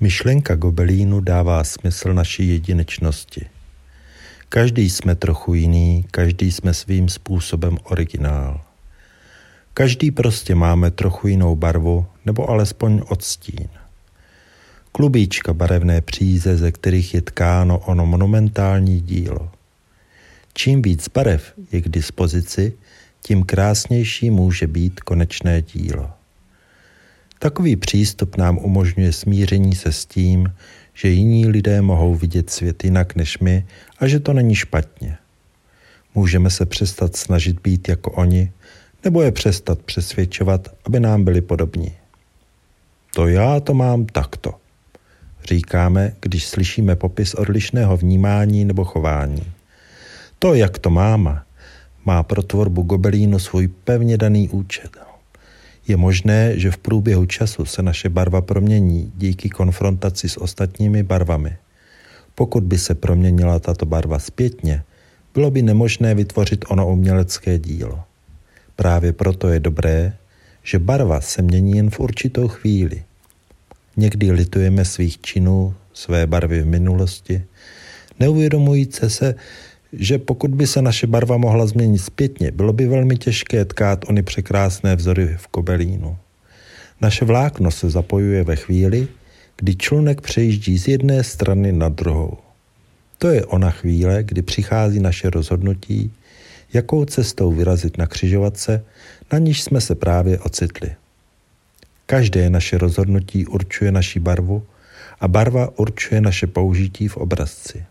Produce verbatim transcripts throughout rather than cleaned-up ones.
Myšlenka gobelínu dává smysl naší jedinečnosti. Každý jsme trochu jiný, každý jsme svým způsobem originál. Každý prostě máme trochu jinou barvu, nebo alespoň odstín. Klubíčka barevné příze, ze kterých je tkáno ono monumentální dílo. Čím víc barev je k dispozici, tím krásnější může být konečné dílo. Takový přístup nám umožňuje smíření se s tím, že jiní lidé mohou vidět svět jinak než my a že to není špatně. Můžeme se přestat snažit být jako oni, nebo je přestat přesvědčovat, aby nám byli podobní. To já to mám takto, říkáme, když slyšíme popis odlišného vnímání nebo chování. To, jak to mám, má pro tvorbu gobelínu svůj pevně daný účel. Je možné, že v průběhu času se naše barva promění díky konfrontaci s ostatními barvami. Pokud by se proměnila tato barva zpětně, bylo by nemožné vytvořit ono umělecké dílo. Právě proto je dobré, že barva se mění jen v určitou chvíli. Někdy litujeme svých činů, své barvy v minulosti, neuvědomující se, že pokud by se naše barva mohla změnit zpětně, bylo by velmi těžké tkát ony překrásné vzory v gobelínu. Naše vlákno se zapojuje ve chvíli, kdy člunek přejíždí z jedné strany na druhou. To je ona chvíle, kdy přichází naše rozhodnutí, jakou cestou vyrazit na křižovatce, na níž jsme se právě ocitli. Každé naše rozhodnutí určuje naši barvu a barva určuje naše použití v obrazci.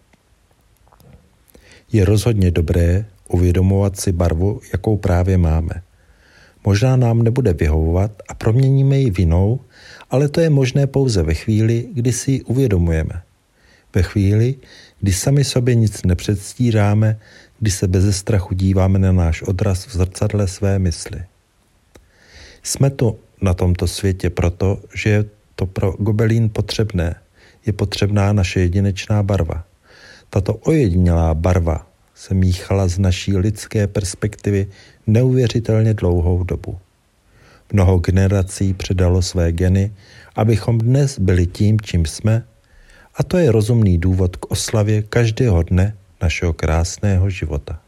Je rozhodně dobré uvědomovat si barvu, jakou právě máme. Možná nám nebude vyhovovat a proměníme ji v jinou, ale to je možné pouze ve chvíli, kdy si ji uvědomujeme. Ve chvíli, kdy sami sobě nic nepředstíráme, kdy se beze strachu díváme na náš odraz v zrcadle své mysli. Jsme tu na tomto světě proto, že je to pro gobelín potřebné. Je potřebná naše jedinečná barva. Tato ojedinělá barva se míchala z naší lidské perspektivy neuvěřitelně dlouhou dobu. Mnoho generací předalo své geny, abychom dnes byli tím, čím jsme, a to je rozumný důvod k oslavě každého dne našeho krásného života.